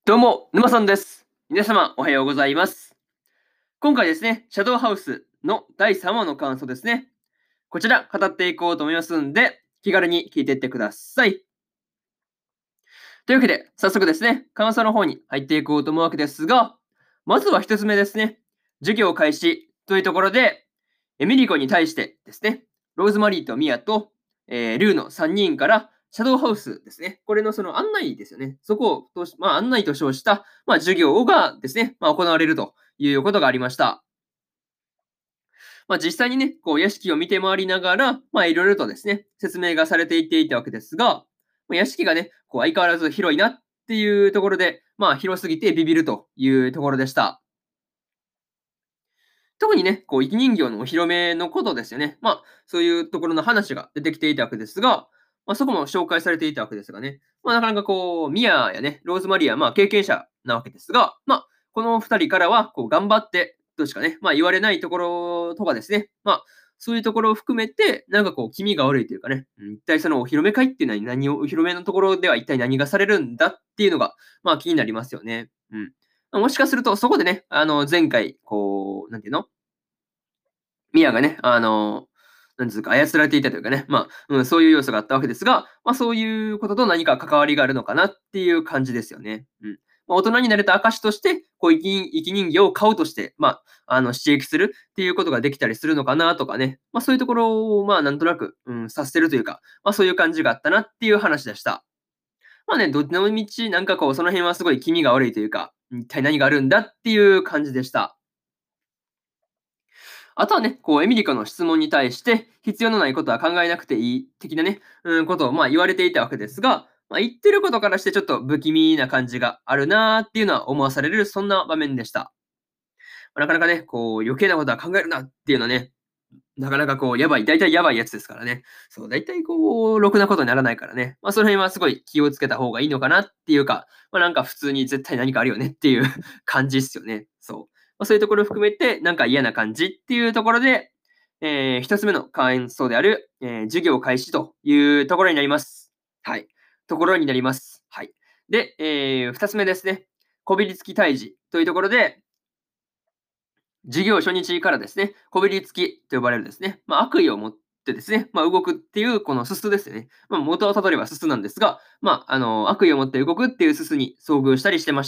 どうも、沼さんです。皆様、おはようございます。今回ですね、シャドウハウスの第3話の感想ですね。こちら、語っていこうと思いますんで、気軽に聞いていってください。というわけで、早速ですね、感想の方に入っていこうと思うわけですが、まずは一つ目ですね、授業開始というところで、エミリコに対してですね、ローズマリーとミアと、ルーの3人からシャドウハウスですね、これのその案内ですよね。そこを案内と称した、授業がですね、行われるということがありました。実際にね、こう屋敷を見て回りながら、いろいろとですね、説明がされていっていたわけですが、屋敷がね、こう相変わらず広いなっていうところで、広すぎてビビるというところでした。特にね、こう生き人形のお披露目のことですよね。そういうところの話が出てきていたわけですが、そこも紹介されていたわけですがね、なかなかこう、ミアやね、ローズマリーは経験者なわけですが、この2人からはこう頑張ってとしかね、言われないところとかですね、そういうところを含めて、なんかこう気味が悪いというかね、一体そのお披露目会っていうのは何をお披露目のところでは一体何がされるんだっていうのが、気になりますよね。うん。もしかするとそこでね、前回こう、なんていうのミアがね、なんつうか、操られていたというかね、そういう要素があったわけですが、そういうことと何か関わりがあるのかなっていう感じですよね。うん。大人になれた証として、こう、生き人形を買うとして、刺激するっていうことができたりするのかなとかね、そういうところを、なんとなく、察せるというか、そういう感じがあったなっていう話でした。どっちの道、なんかこう、その辺はすごい気味が悪いというか、一体何があるんだっていう感じでした。あとはね、こうエミリカの質問に対して、必要のないことは考えなくていい的なね、ことを言われていたわけですが、言ってることからしてちょっと不気味な感じがあるなーっていうのは思わされる、そんな場面でした。なかなかね、こう余計なことは考えるなっていうのはね、なかなかこうやばい、大体やばいやつですからね。そう、大体こう、ろくなことにならないからね。その辺はすごい気をつけた方がいいのかなっていうか、なんか普通に絶対何かあるよねっていう感じっすよね。そう。そういうところを含めて、なんか嫌な感じっていうところで、一つ目の感想である、授業開始というところになります。はい。ところになります。はい。で、二つ目ですね。こびりつき退治というところで、授業初日からですね、こびりつきと呼ばれるですね、悪意を持ってですね、動くっていうこのすすですよね。元をたどればすすなんですが、悪意を持って動くっていうすすに遭遇したりしてました。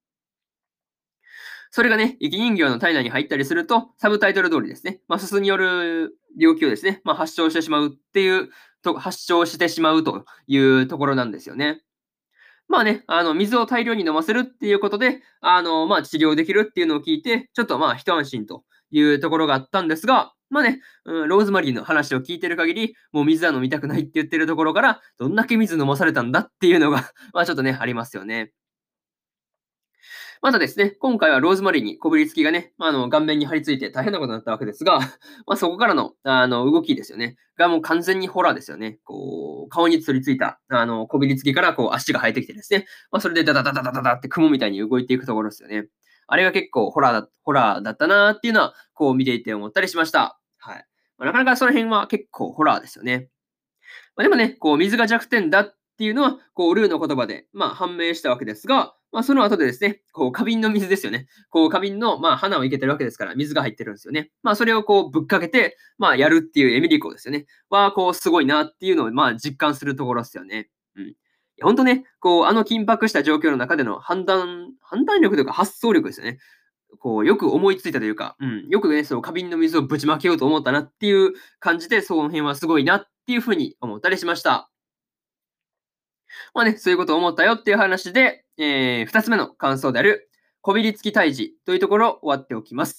それがね、生き人形の体内に入ったりすると、サブタイトル通りですね、すすによる病気をですね、発症してしまうっていう発症してしまうというところなんですよね。水を大量に飲ませるっていうことで、治療できるっていうのを聞いて、ちょっと一安心というところがあったんですが、ローズマリーの話を聞いてる限り、もう水は飲みたくないって言ってるところから、どんだけ水飲まされたんだっていうのがちょっとね、ありますよね。またですね、今回はローズマリーにこびりつきがね、顔面に張り付いて大変なことになったわけですが、そこからの、動きですよね。がもう完全にホラーですよね。こう、顔に取り付いた、こびりつきからこう足が生えてきてですね、それでダダダダダダダって雲みたいに動いていくところですよね。あれが結構ホラーだったなっていうのは、こう見ていて思ったりしました。はい。なかなかその辺は結構ホラーですよね。でもね、こう水が弱点だっていうのは、こうルーの言葉で、判明したわけですが、その後でですね、こう花瓶の水ですよね。こう花瓶の、花を生けてるわけですから、水が入ってるんですよね。それをこうぶっかけて、やるっていうエミリコですよね。こうすごいなっていうのを、実感するところですよね。うん。本当ね、こう、あの緊迫した状況の中での判断力というか発想力ですよね。こう、よく思いついたというか、よくね、その花瓶の水をぶちまけようと思ったなっていう感じで、その辺はすごいなっていう風に思ったりしました。そういうことを思ったよっていう話で、2つ目の感想である、こびりつき退治というところを終わっておきます。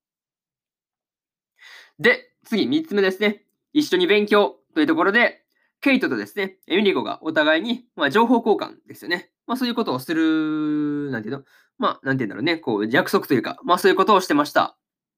で、次3つ目ですね。一緒に勉強というところで、ケイトとですね、エミリコがお互いに、情報交換ですよね。そういうことをする、なんていうの、なんていうんだろうね、こう約束というか、そういうことをしてました。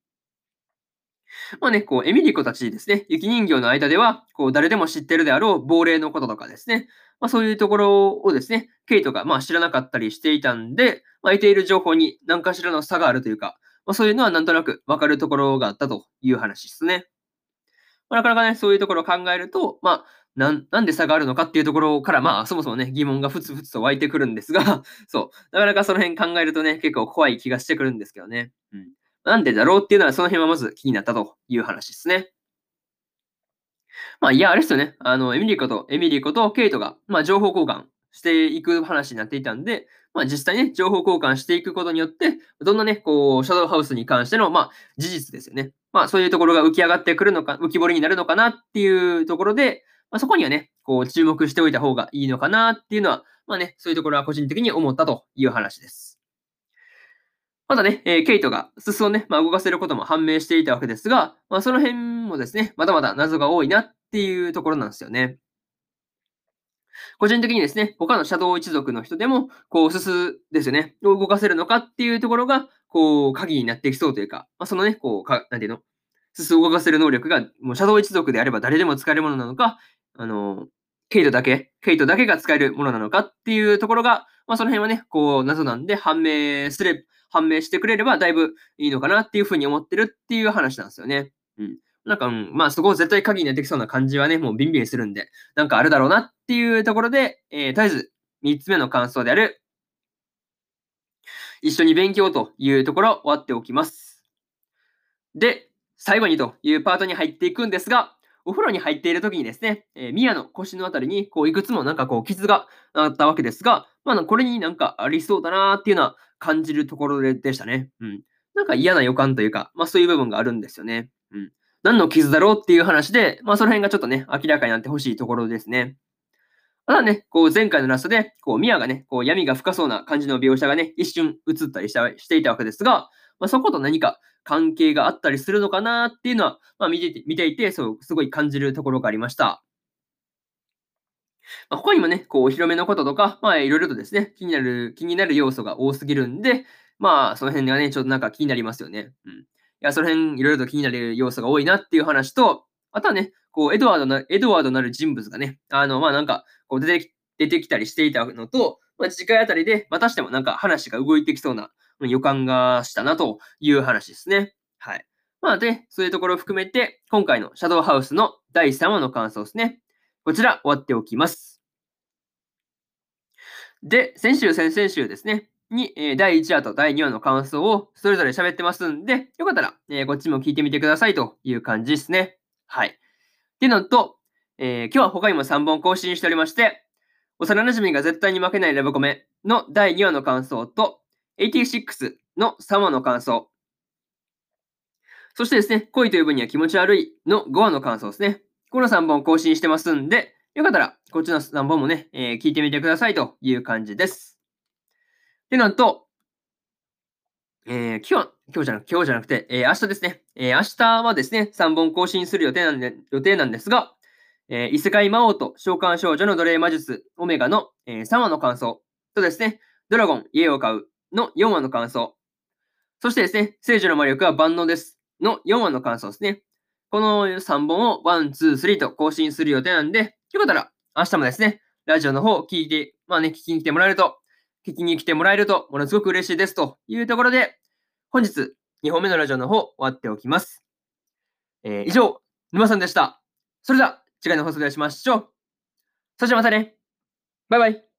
こう、エミリコたちですね、雪人形の間では、こう、誰でも知ってるであろう亡霊のこととかですね、そういうところをですね、ケイトが、知らなかったりしていたんで、得ている情報に何かしらの差があるというか、そういうのはなんとなく分かるところがあったという話ですね。なかなかね、そういうところを考えると、 なんで差があるのかっていうところから、まあ、そもそもね、疑問がふつふつと湧いてくるんですが、そう、なかなかその辺考えるとね、結構怖い気がしてくるんですけどね。うん。なんでだろうっていうのは、その辺はまず気になったという話ですね。まあ、いや、あれですよね。エミリコとケイトが、まあ、情報交換していく話になっていたんで、まあ、実際ね、情報交換していくことによって、どんなね、こう、シャドウハウスに関しての、まあ、事実ですよね。まあ、そういうところが浮き上がってくるのか、浮き彫りになるのかなっていうところで、まあ、そこにはね、こう、注目しておいた方がいいのかなっていうのは、まあね、そういうところは個人的に思ったという話です。またね、ケイトが裾をね、まあ、動かせることも判明していたわけですが、まあ、その辺もですね、まだまだ謎が多いなっていうところなんですよね。個人的にですね、他のシャドウ一族の人でも、こう、ススですよね、を動かせるのかっていうところが、こう、鍵になってきそうというか、まあ、そのね、こう、なんていうの、ススを動かせる能力が、もうシャドウ一族であれば誰でも使えるものなのか、あの、ケイトだけが使えるものなのかっていうところが、まあ、その辺はね、こう、謎なんで判明してくれればだいぶいいのかなっていうふうに思ってるっていう話なんですよね。うん。なんか、まあ、そこ絶対鍵になってきそうな感じはね、もうビンビンするんで、なんかあるだろうなっていうところで、とりあえず3つ目の感想である、一緒に勉強というところ終わっておきます。で、最後にというパートに入っていくんですが、お風呂に入っている時にですね、ミアの腰のあたりにこういくつもなんかこう傷があったわけですが、まあ、これになんかありそうだなっていうのは感じるところでしたね。うん。なんか嫌な予感というか、まあそういう部分があるんですよね。うん。何の傷だろうっていう話で、まあその辺がちょっとね、明らかになってほしいところですね。ただね、こう前回のラストで、こうミアがね、こう闇が深そうな感じの描写がね、一瞬映ったりしていたわけですが、まあ、そこと何か関係があったりするのかなっていうのは、まあ、見ていて、そう、すごい感じるところがありました。まあ、他にもね、こうお披露目のこととか、まあいろいろとですね、気になる要素が多すぎるんで、まあその辺がね、ちょっとなんか気になりますよね。うん。いや、その辺いろいろと気になる要素が多いなっていう話と、あとはね、こうエドワードなる人物がね、まあなんか、こう出てきたりしていたのと、まあ、次回あたりで、またしてもなんか話が動いてきそうな予感がしたなという話ですね。はい。まあで、そういうところを含めて、今回のシャドウハウスの第3話の感想ですね。こちら終わっておきます。で、先週、先々週ですね、に、第1話と第2話の感想をそれぞれ喋ってますんで、よかったら、こっちも聞いてみてくださいという感じですね。はい。っていうのと、今日は他にも3本更新しておりまして、幼馴染が絶対に負けないラブコメの第2話の感想と、86の3話の感想、そしてですね、恋という分には気持ち悪いの5話の感想ですね。この3本更新してますんで、よかったらこっちの3本もね、聞いてみてくださいという感じです。で、なんと、今日じゃなくて、明日ですね。明日はですね、3本更新する予定なんですが、異世界魔王と召喚少女の奴隷魔術オメガの、3話の感想とですね、ドラゴン家を買うの4話の感想、そしてですね、聖女の魔力は万能ですの4話の感想ですね。この3本を1、2、3と更新する予定なんで、よかったら明日もですね、ラジオの方聞いて、まあね、聞きに来てもらえると、ものすごく嬉しいですというところで、本日2本目のラジオの方終わっておきます。以上、沼さんでした。それでは次回の放送でお会いしましょう。それじゃあまたね。バイバイ。